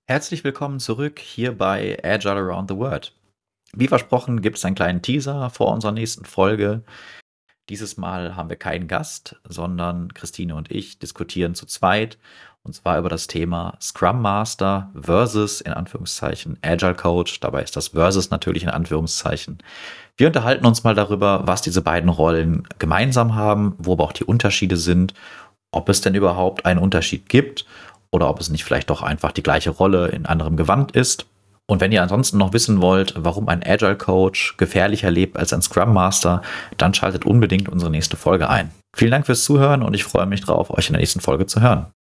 Herzlich willkommen zurück hier bei Agile Around the World. Wie versprochen gibt es einen kleinen Teaser vor unserer nächsten Folge. Dieses Mal haben wir keinen Gast, sondern Christine und ich diskutieren zu zweit, und zwar über das Thema Scrum Master versus in Anführungszeichen Agile Coach. Dabei ist das versus natürlich in Anführungszeichen. Wir unterhalten uns mal darüber, was diese beiden Rollen gemeinsam haben, wo aber auch die Unterschiede sind, ob es denn überhaupt einen Unterschied gibt oder ob es nicht vielleicht doch einfach die gleiche Rolle in anderem Gewand ist. Und wenn ihr ansonsten noch wissen wollt, warum ein Agile Coach gefährlicher lebt als ein Scrum Master, dann schaltet unbedingt unsere nächste Folge ein. Vielen Dank fürs Zuhören und ich freue mich drauf, euch in der nächsten Folge zu hören.